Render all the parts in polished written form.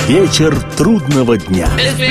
Вечер трудного дня.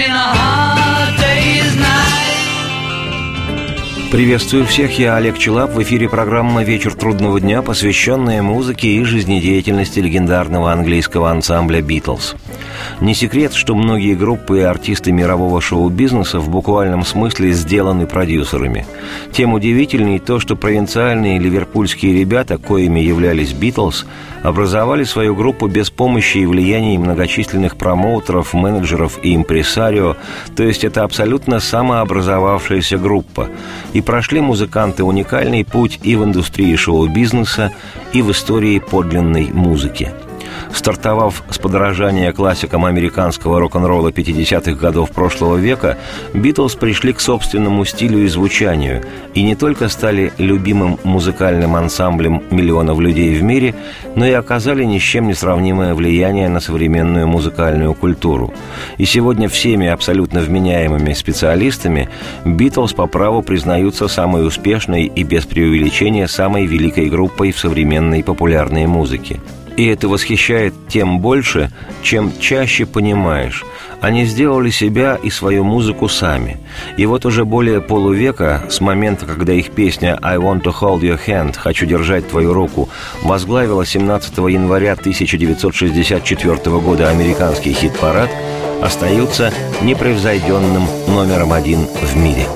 Приветствую всех, я Олег Челап. В эфире программа «Вечер трудного дня», посвященная музыке и жизнедеятельности легендарного английского ансамбля «Битлз». Не секрет, что многие группы и артисты мирового шоу-бизнеса в буквальном смысле сделаны продюсерами. Тем удивительней то, что провинциальные ливерпульские ребята, коими являлись «Битлз», образовали свою группу без помощи и влияния многочисленных промоутеров, менеджеров и импресарио, то есть это абсолютно самообразовавшаяся группа. И прошли музыканты уникальный путь и в индустрии шоу-бизнеса, и в истории подлинной музыки. Стартовав с подражания классикам американского рок-н-ролла 50-х годов прошлого века, «Битлз» пришли к собственному стилю и звучанию, и не только стали любимым музыкальным ансамблем миллионов людей в мире, но и оказали ни с чем не сравнимое влияние на современную музыкальную культуру. И сегодня всеми абсолютно вменяемыми специалистами «Битлз» по праву признаются самой успешной и без преувеличения самой великой группой в современной популярной музыке. И это восхищает тем больше, чем чаще понимаешь. Они сделали себя и свою музыку сами. И вот уже более полувека, с момента, когда их песня «I want to hold your hand» «Хочу держать твою руку» возглавила 17 января 1964 года американский хит-парад, остаются непревзойденным номером один в мире.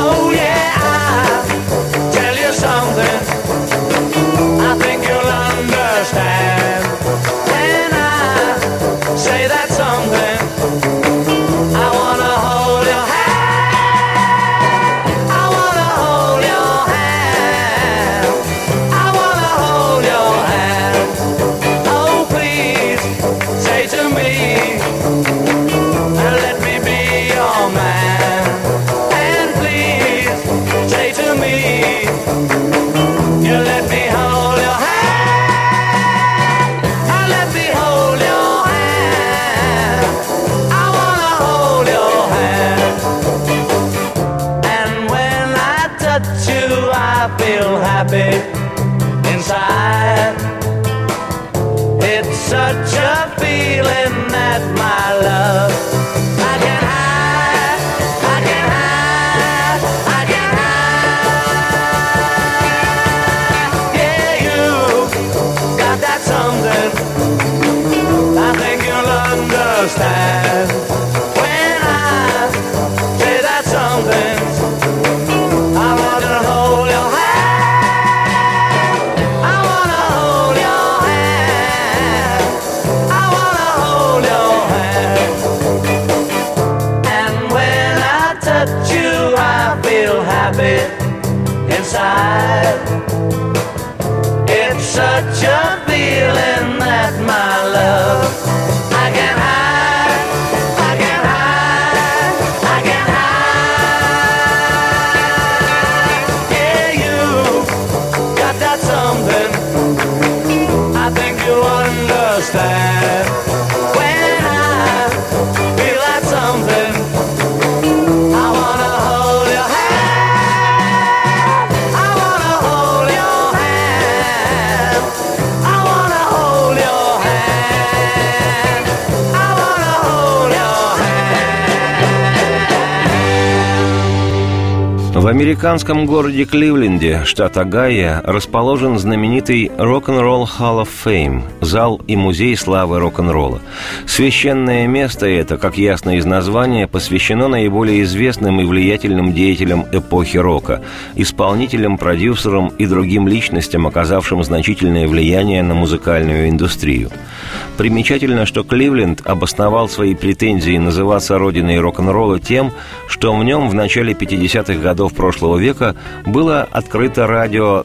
В американском городе Кливленде, штат Огайо, расположен знаменитый Rock-and-Roll Hall of Fame, зал и музей славы рок-н-ролла. Священное место это, как ясно из названия, посвящено наиболее известным и влиятельным деятелям эпохи рока, исполнителям, продюсерам и другим личностям, оказавшим значительное влияние на музыкальную индустрию. Примечательно, что Кливленд обосновал свои претензии называться родиной рок-н-ролла тем, что в нем в начале 50-х годов прошлого века было открыто радио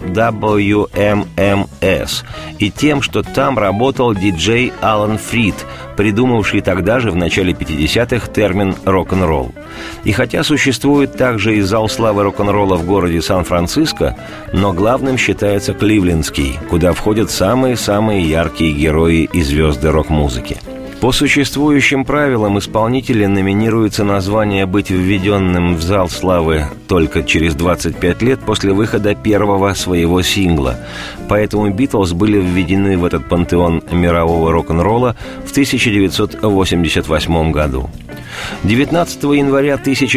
WMMS, и тем, что там работал диджей Алан Фрид, придумавший тогда же в начале 50-х термин «рок-н-ролл». И хотя существует также и зал славы рок-н-ролла в городе Сан-Франциско, но главным считается Кливлендский, куда входят самые-самые яркие герои и звезды рок-музыки. По существующим правилам исполнители номинируются на звание быть введенным в зал славы только через 25 лет после выхода первого своего сингла. Поэтому «Битлз» были введены в этот пантеон мирового рок-н-ролла в 1988 году. 19 января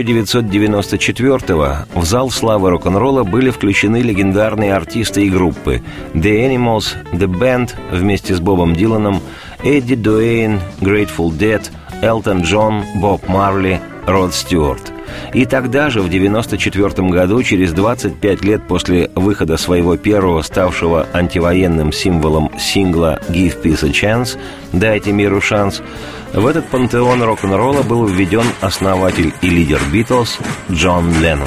1994 в зал славы рок-н-ролла были включены легендарные артисты и группы The Animals, The Band вместе с Бобом Диланом, Эдди Дуэйн, Grateful Dead, Элтон Джон, Боб Марли, Род Стюарт. И тогда же, в 1994 году, через 25 лет после выхода своего первого, ставшего антивоенным символом сингла «Give Peace a Chance» «Дайте миру шанс», в этот пантеон рок-н-ролла был введен основатель и лидер «Битлз» Джон Леннон.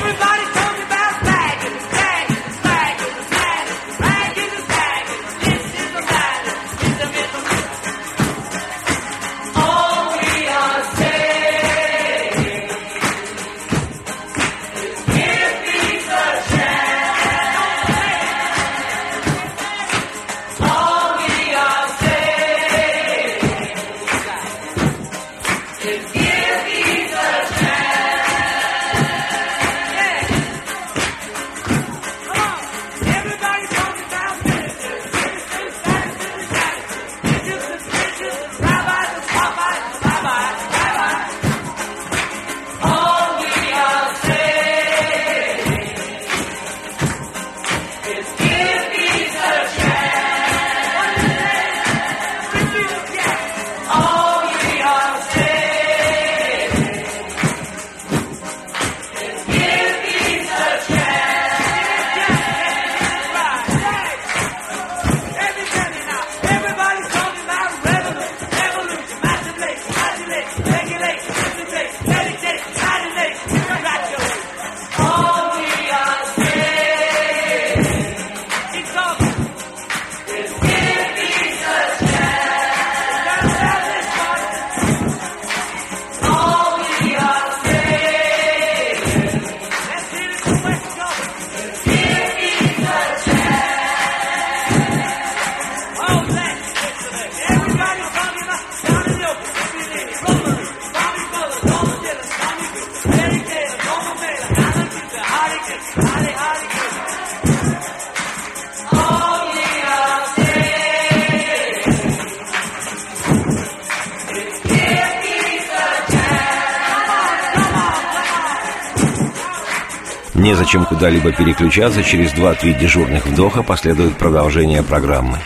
Незачем куда-либо переключаться, через 2-3 дежурных вдоха последует продолжение программы.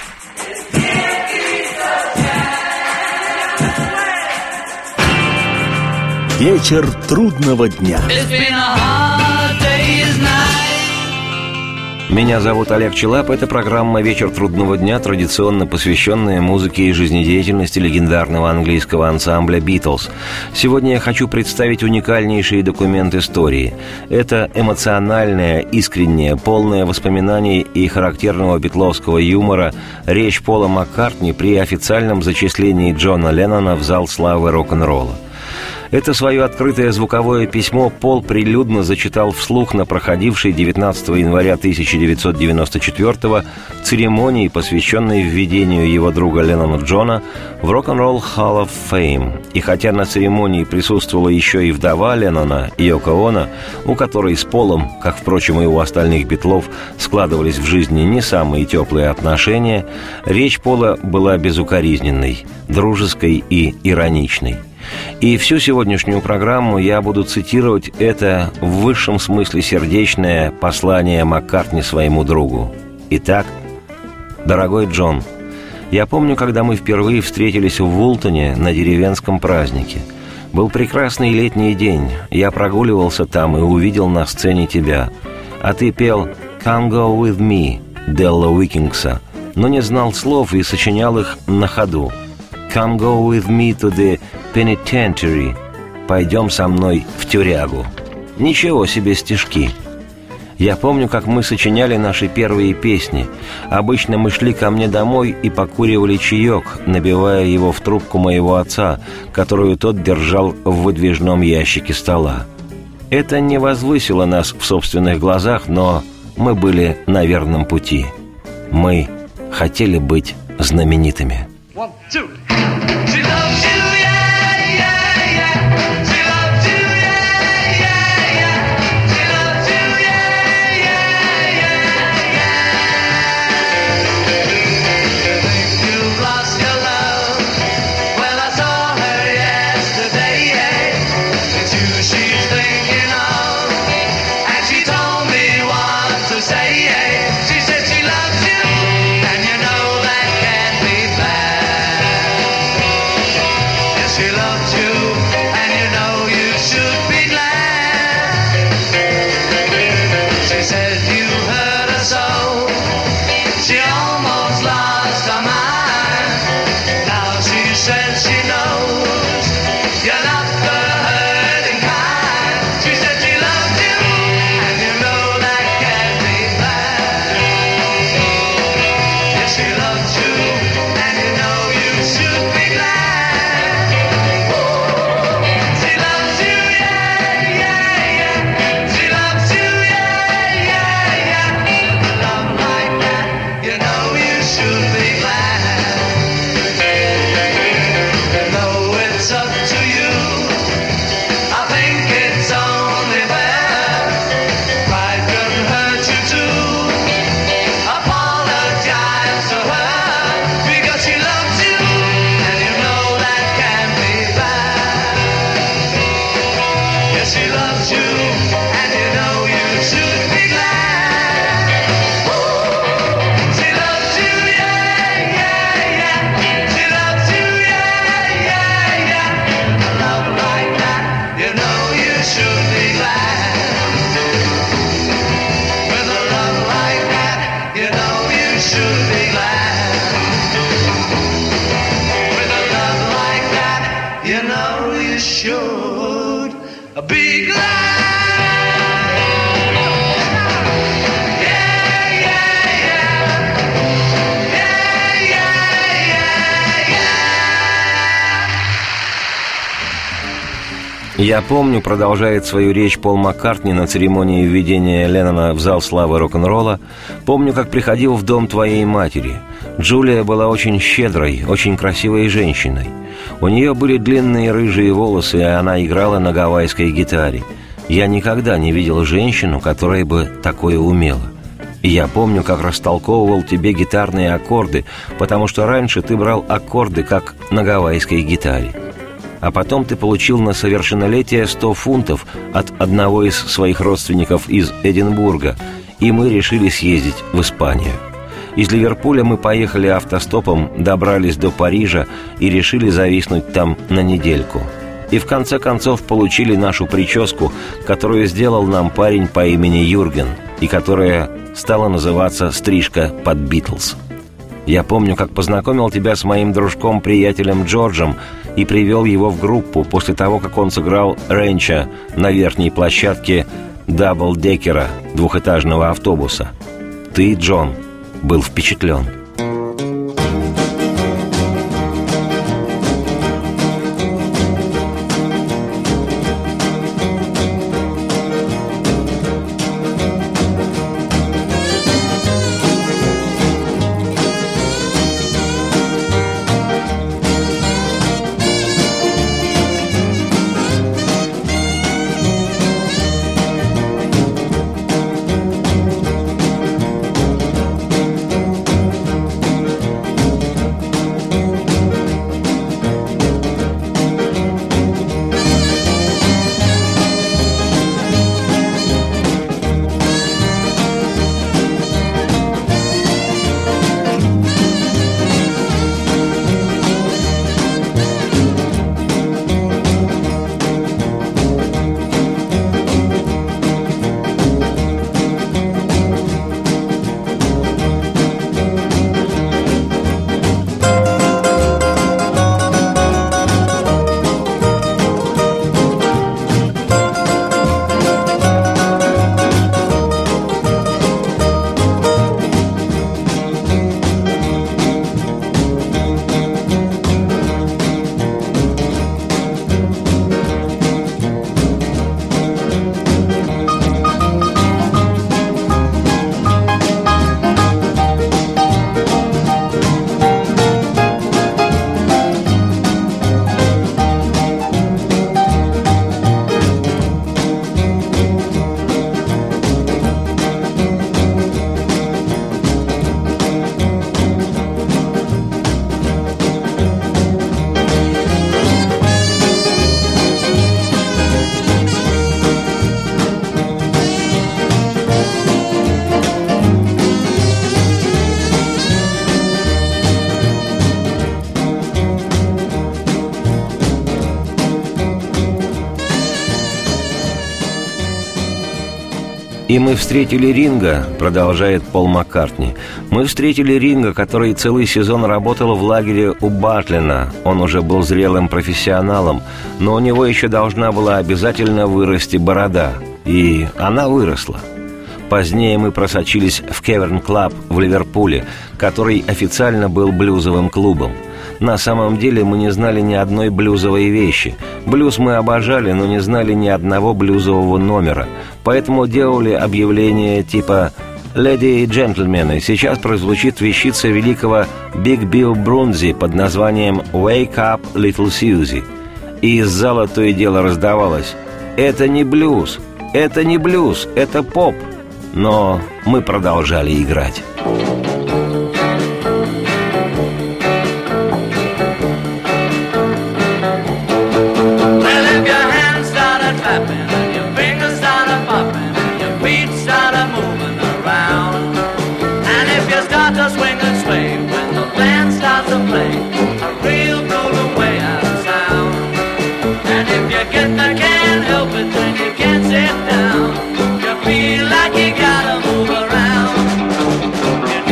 Вечер трудного дня. Меня зовут Олег Челап. Это программа «Вечер трудного дня», традиционно посвященная музыке и жизнедеятельности легендарного английского ансамбля «Битлз». Сегодня я хочу представить уникальнейший документ истории. Это эмоциональная, искренняя, полная воспоминаний и характерного битловского юмора речь Пола Маккартни при официальном зачислении Джона Леннона в зал славы рок-н-ролла. Это свое открытое звуковое письмо Пол прилюдно зачитал вслух на проходившей 19 января 1994 церемонии, посвященной введению его друга Леннона Джона в Rock-and-Roll Hall of Fame. И хотя на церемонии присутствовала еще и вдова Леннона, Йоко Оно, у которой с Полом, как, впрочем, и у остальных битлов, складывались в жизни не самые теплые отношения, речь Пола была безукоризненной, дружеской и ироничной. И всю сегодняшнюю программу я буду цитировать это в высшем смысле сердечное послание Маккартни своему другу. Итак, дорогой Джон, я помню, когда мы впервые встретились в Вултоне на деревенском празднике. Был прекрасный летний день, я прогуливался там и увидел на сцене тебя. А ты пел «Come go with me» Делла Уикингса, но не знал слов и сочинял их на ходу. «Come go with me to the penitentiary» «Пойдем со мной в тюрягу». Ничего себе стишки. Я помню, как мы сочиняли наши первые песни. Обычно мы шли ко мне домой и покуривали чаек, набивая его в трубку моего отца, которую тот держал в выдвижном ящике стола. Это не возвысило нас в собственных глазах, но мы были на верном пути. Мы хотели быть знаменитыми. 1, 2. be glad. «Я помню», — продолжает свою речь Пол Маккартни на церемонии введения Леннона в зал славы рок-н-ролла, «помню, как приходил в дом твоей матери. Джулия была очень щедрой, очень красивой женщиной. У нее были длинные рыжие волосы, и она играла на гавайской гитаре. Я никогда не видел женщину, которая бы такое умела. И я помню, как растолковывал тебе гитарные аккорды, потому что раньше ты брал аккорды, как на гавайской гитаре. А потом ты получил на совершеннолетие 100 фунтов от одного из своих родственников из Эдинбурга, и мы решили съездить в Испанию. Из Ливерпуля мы поехали автостопом, добрались до Парижа и решили зависнуть там на недельку. И в конце концов получили нашу прическу, которую сделал нам парень по имени Юрген, и которая стала называться «Стрижка под Битлз». Я помню, как познакомил тебя с моим дружком-приятелем Джорджем и привел его в группу после того, как он сыграл Ренча на верхней площадке даблдекера, двухэтажного автобуса. Ты, Джон, был впечатлен. «И мы встретили Ринга», — продолжает Пол Маккартни. «Мы встретили Ринга, который целый сезон работал в лагере у Батлина. Он уже был зрелым профессионалом, но у него еще должна была обязательно вырасти борода. И она выросла. Позднее мы просочились в Кеверн Клаб в Ливерпуле, который официально был блюзовым клубом. На самом деле мы не знали ни одной блюзовой вещи. Блюз мы обожали, но не знали ни одного блюзового номера. Поэтому делали объявления типа «Леди и джентльмены, сейчас прозвучит вещица великого Биг Билл Брунзи под названием «Wake up, little Susie». И из зала то и дело раздавалось: «Это не блюз, это не блюз, это поп». Но мы продолжали играть. Feel like you gotta move around.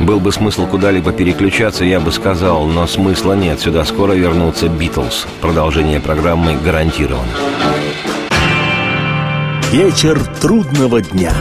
Был бы смысл куда-либо переключаться, я бы сказал, но смысла нет. Сюда скоро вернутся «Битлз». Продолжение программы гарантировано. Вечер трудного дня.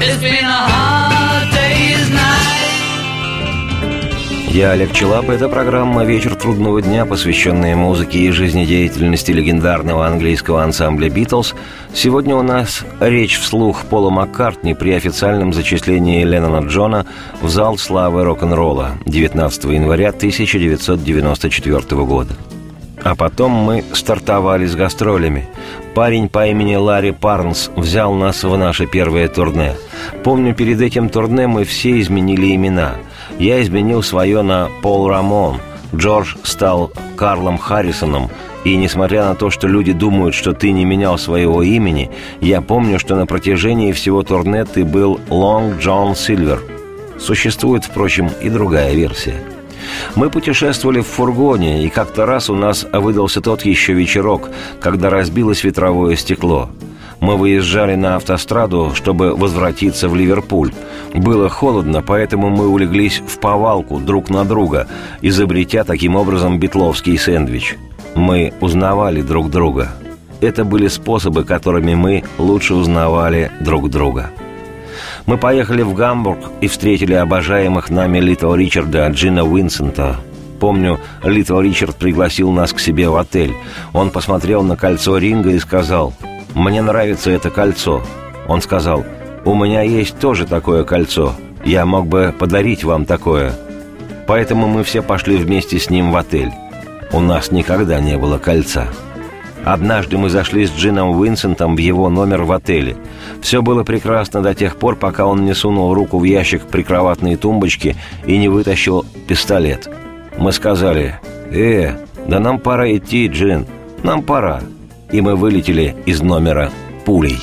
Я Олег Челап, это программа «Вечер трудного дня», посвященная музыке и жизнедеятельности легендарного английского ансамбля «Битлз». Сегодня у нас речь вслух Пола Маккартни при официальном зачислении Леннона Джона в зал славы рок-н-ролла 19 января 1994 года. А потом мы стартовали с гастролями. Парень по имени Ларри Парнс взял нас в наше первое турне. Помню, перед этим турне мы все изменили имена. Я изменил свое на Пол Рамон, Джордж стал Карлом Харрисоном, и несмотря на то, что люди думают, что ты не менял своего имени, я помню, что на протяжении всего турне ты был Лонг Джон Сильвер. Существует, впрочем, и другая версия. Мы путешествовали в фургоне, и как-то раз у нас выдался тот еще вечерок, когда разбилось ветровое стекло. Мы выезжали на автостраду, чтобы возвратиться в Ливерпуль. Было холодно, поэтому мы улеглись в повалку друг на друга, изобретя таким образом битловский сэндвич. Мы узнавали друг друга. Это были способы, которыми мы лучше узнавали друг друга. Мы поехали в Гамбург и встретили обожаемых нами Литл Ричарда, Джина Уинсента. Помню, Литл Ричард пригласил нас к себе в отель. Он посмотрел на кольцо Ринга и сказал: «Мне нравится это кольцо». Он сказал: «У меня есть тоже такое кольцо. Я мог бы подарить вам такое». Поэтому мы все пошли вместе с ним в отель. У нас никогда не было кольца. Однажды мы зашли с Джином Уинсентом в его номер в отеле. Все было прекрасно до тех пор, пока он не сунул руку в ящик прикроватной тумбочки и не вытащил пистолет. Мы сказали: да нам пора идти, Джин, нам пора». И мы вылетели из номера пулей.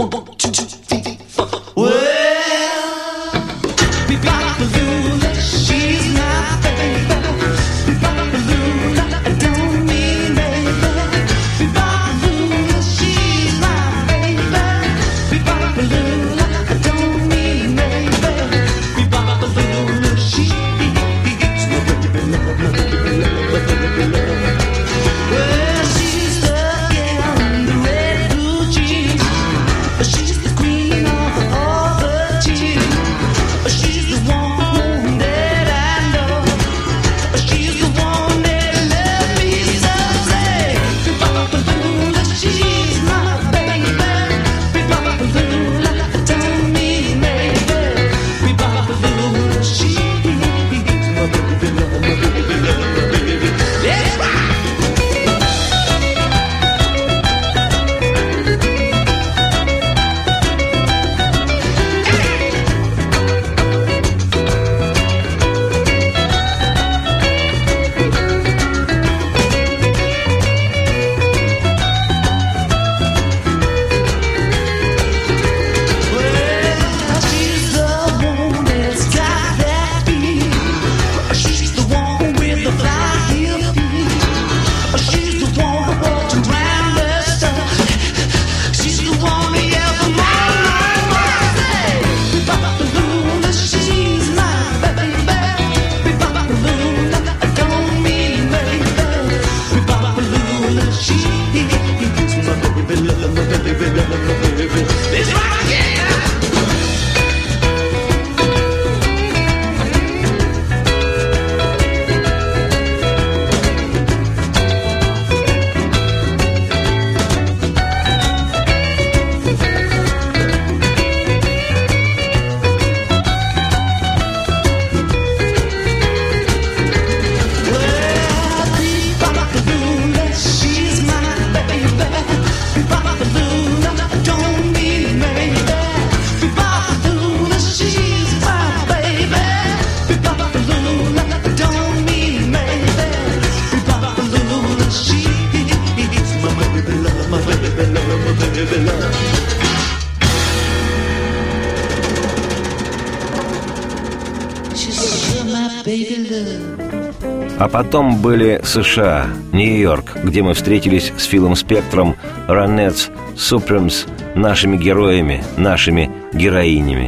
А потом были США, Нью-Йорк, где мы встретились с Филом Спектром, Ронетс, Супремс, нашими героями, нашими героинями.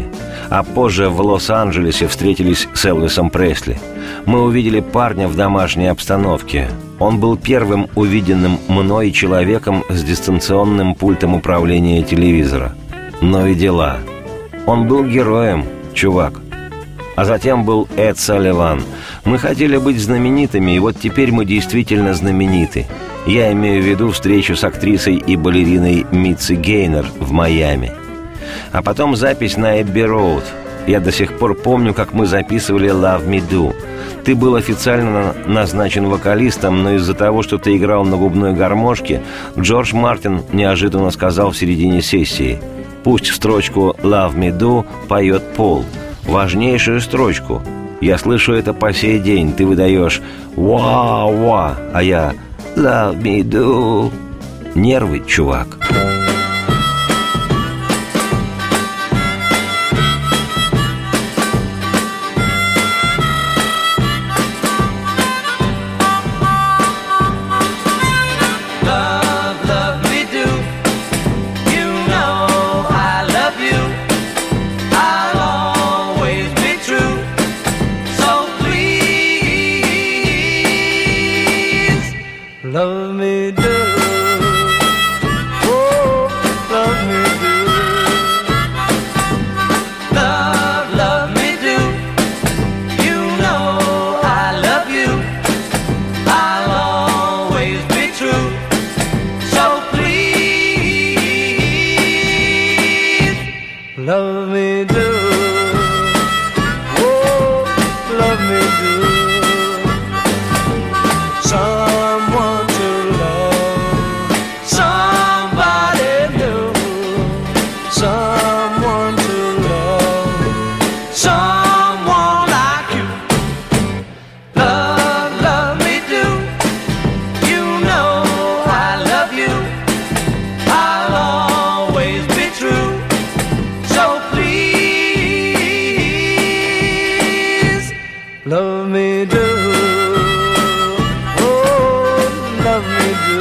А позже в Лос-Анджелесе встретились с Элвисом Пресли. Мы увидели парня в домашней обстановке. Он был первым увиденным мной человеком с дистанционным пультом управления телевизора. Но и дела. Он был героем, чувак. А затем был Эд Салливан. Мы хотели быть знаменитыми, и вот теперь мы действительно знамениты. Я имею в виду встречу с актрисой и балериной Митси Гейнер в Майами. А потом запись на Эбби Роуд. Я до сих пор помню, как мы записывали «Love Me Do». Ты был официально назначен вокалистом, но из-за того, что ты играл на губной гармошке, Джордж Мартин неожиданно сказал в середине сессии: «Пусть строчку «Love Me Do» поет Пол, важнейшую строчку. Я слышу это по сей день. Ты выдаешь «Ва-ва», а я «Love me do». Нервы, чувак. Love me do, oh, love me do. Love me do. You know I love you. I'll always be true. So please, love me do, oh, love me do. Someone love me do, oh, love me do.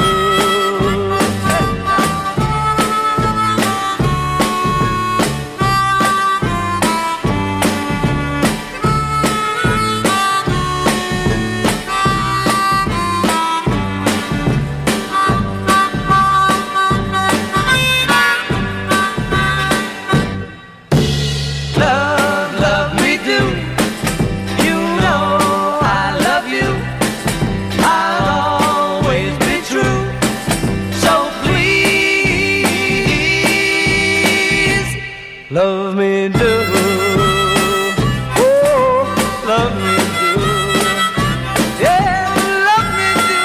Love me do. You know I love you. I'll always be true. So please, love me do. Oh, love me do. Yeah, love me do.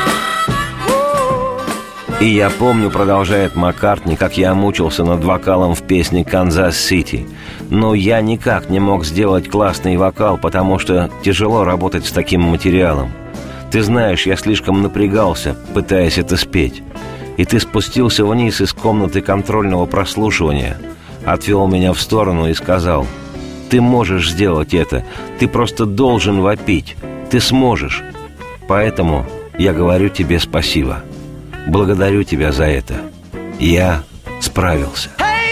Oh. И я помню, продолжает Маккартни, как я мучился над вокалом в песне «Канзас-Сити». Но я никак не мог сделать классный вокал, потому что тяжело работать с таким материалом. Ты знаешь, я слишком напрягался, пытаясь это спеть. И ты спустился вниз из комнаты контрольного прослушивания, отвел меня в сторону и сказал: «Ты можешь сделать это, ты просто должен вопить, ты сможешь. Поэтому я говорю тебе спасибо. Благодарю тебя за это. Я справился».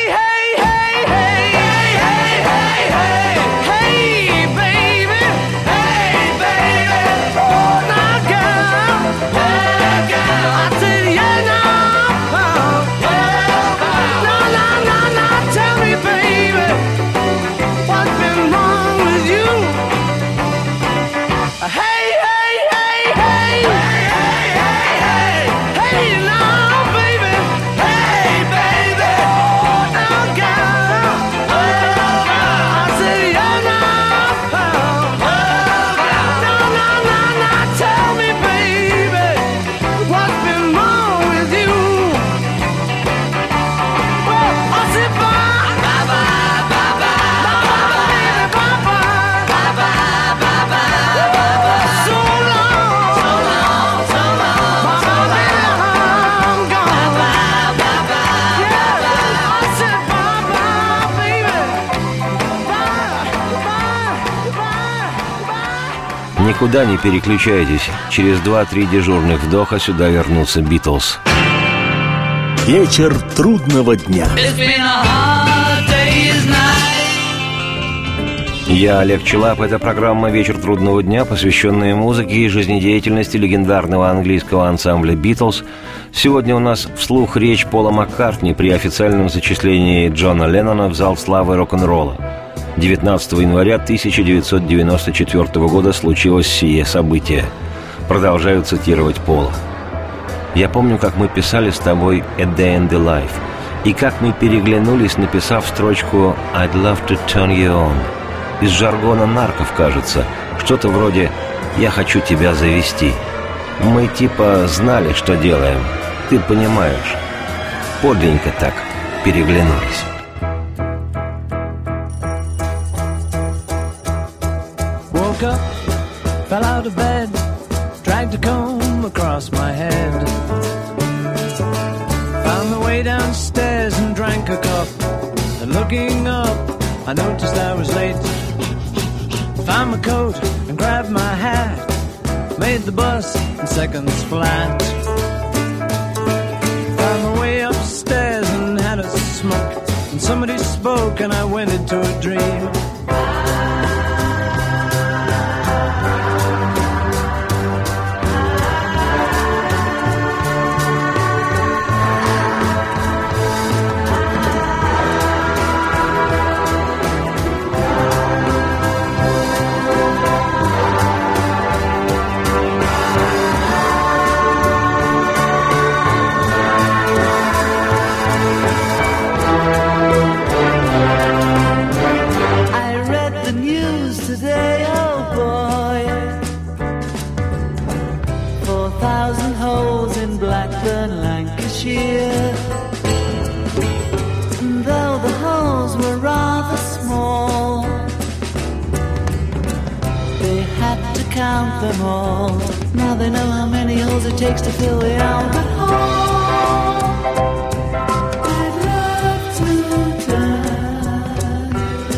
Никуда не переключайтесь. Через 2-3 дежурных вдоха сюда вернутся «Битлз». Вечер трудного дня. Я Олег Челап. Это программа «Вечер трудного дня», посвященная музыке и жизнедеятельности легендарного английского ансамбля «Битлз». Сегодня у нас вслух речь Пола Маккартни при официальном зачислении Джона Леннона в зал славы рок-н-ролла. 19 января 1994 года случилось сие событие. Продолжаю цитировать Пола. «Я помню, как мы писали с тобой «A Day in the Life», и как мы переглянулись, написав строчку «I'd love to turn you on». Из жаргона нарков, кажется, что-то вроде «я хочу тебя завести». Мы типа знали, что делаем. Ты понимаешь. Подлинненько так переглянулись. Woke up, fell out of bed, dragged a comb across my head. Found the way downstairs and drank a cup. And looking up, I noticed I was late. Found my coat and grabbed my hat. Made the bus in seconds flat. Found my way upstairs and had a smoke. And somebody spoke and I went into a dream. And though the holes were rather small, they had to count them all. Now they know how many holes it takes to fill the Albert Hall. I'd love to turn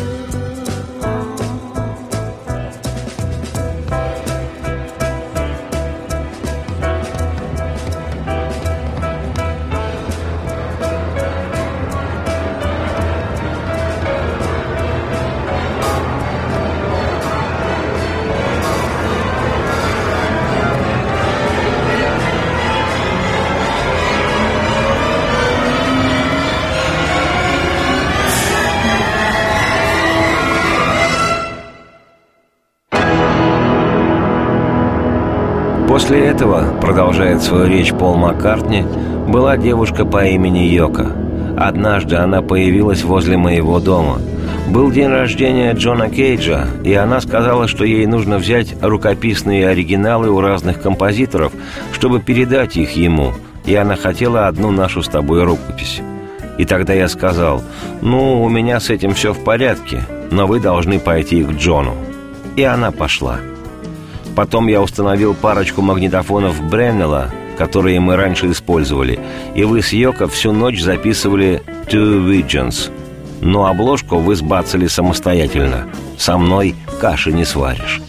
После этого, продолжает свою речь Пол Маккартни, была девушка по имени Йоко. Однажды она появилась возле моего дома. Был день рождения Джона Кейджа, и она сказала, что ей нужно взять рукописные оригиналы у разных композиторов, чтобы передать их ему, и она хотела одну нашу с тобой рукопись. И тогда я сказал: «Ну, у меня с этим все в порядке, но вы должны пойти к Джону». И она пошла. Потом я установил парочку магнитофонов Бреннелла, которые мы раньше использовали, и вы с Йоко всю ночь записывали «Two Visions». Но обложку вы сбацали самостоятельно. Со мной каши не сваришь.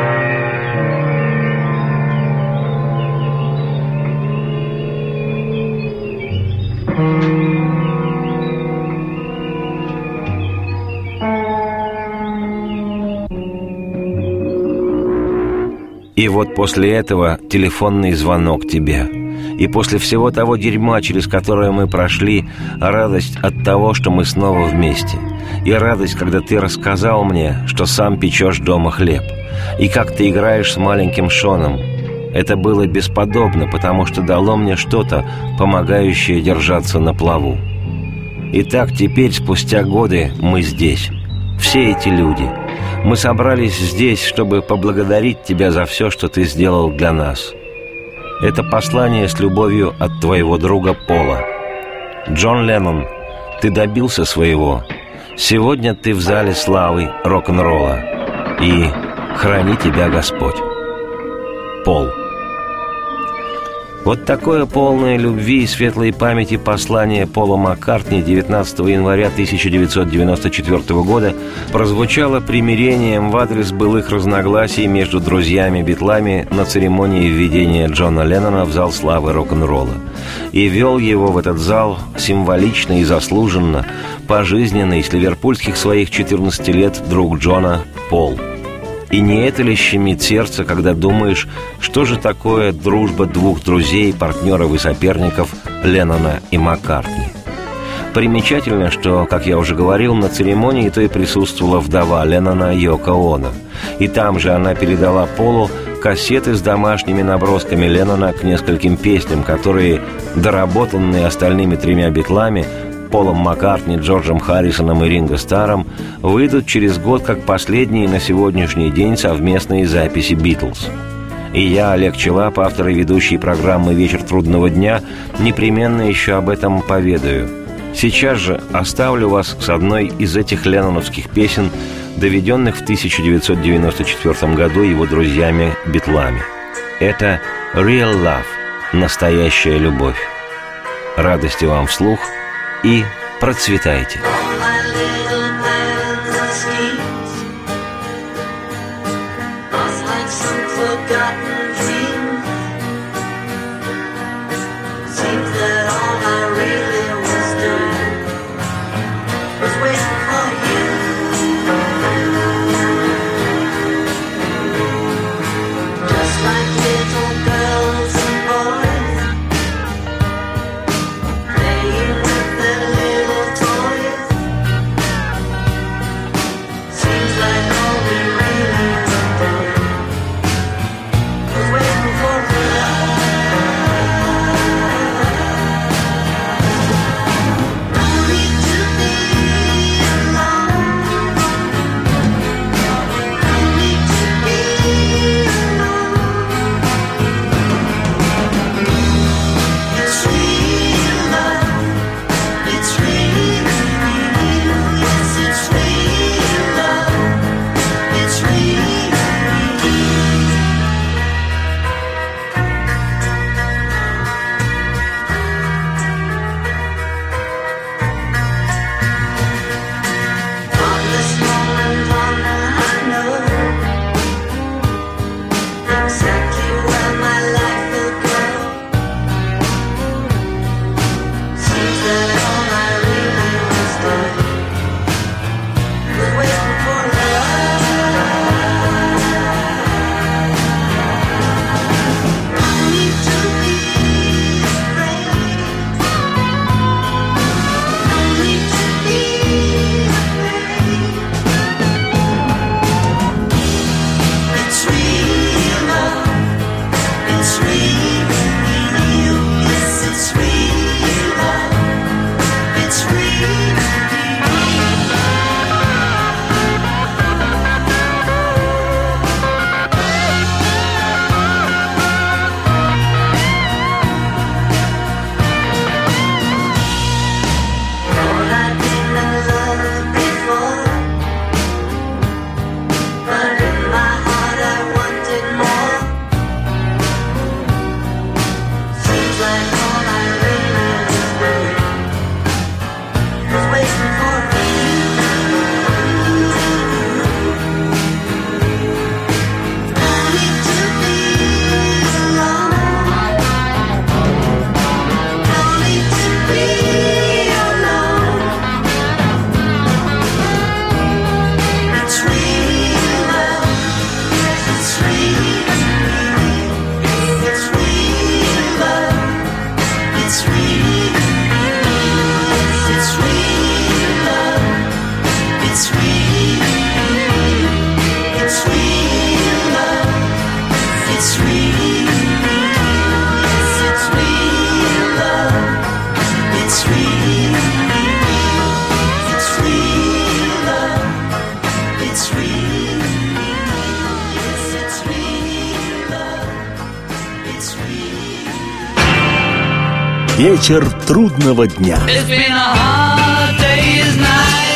И вот после этого телефонный звонок тебе. И после всего того дерьма, через которое мы прошли, радость от того, что мы снова вместе. И радость, когда ты рассказал мне, что сам печешь дома хлеб. И как ты играешь с маленьким Шоном. Это было бесподобно, потому что дало мне что-то, помогающее держаться на плаву. Итак, теперь, спустя годы, мы здесь. Все эти люди. Мы собрались здесь, чтобы поблагодарить тебя за все, что ты сделал для нас. Это послание с любовью от твоего друга Пола. Джон Леннон, ты добился своего. Сегодня ты в зале славы рок-н-ролла. И храни тебя Господь. Пол. Вот такое полное любви и светлой памяти послание Пола Маккартни 19 января 1994 года прозвучало примирением в адрес былых разногласий между друзьями-битлами на церемонии введения Джона Леннона в зал славы рок-н-ролла. И вел его в этот зал символично и заслуженно пожизненный с ливерпульских своих 14 лет друг Джона Пол. И не это ли щемит сердце, когда думаешь, что же такое дружба двух друзей, партнеров и соперников Леннона и Маккартни? Примечательно, что, как я уже говорил, на церемонии той присутствовала вдова Леннона Йоко Оно. И там же она передала Полу кассеты с домашними набросками Леннона к нескольким песням, которые, доработанные остальными тремя битлами, Полом Маккартни, Джорджем Харрисоном и Ринго Старром, выйдут через год как последние на сегодняшний день совместные записи «Битлз». И я, Олег Челап, автор и ведущий программы «Вечер трудного дня», непременно еще об этом поведаю. Сейчас же оставлю вас с одной из этих ленноновских песен, доведенных в 1994 году его друзьями-битлами. Это «Real Love» – «Настоящая любовь». Радости вам вслух и процветайте! Вечер трудного дня. It's been a hard day's night.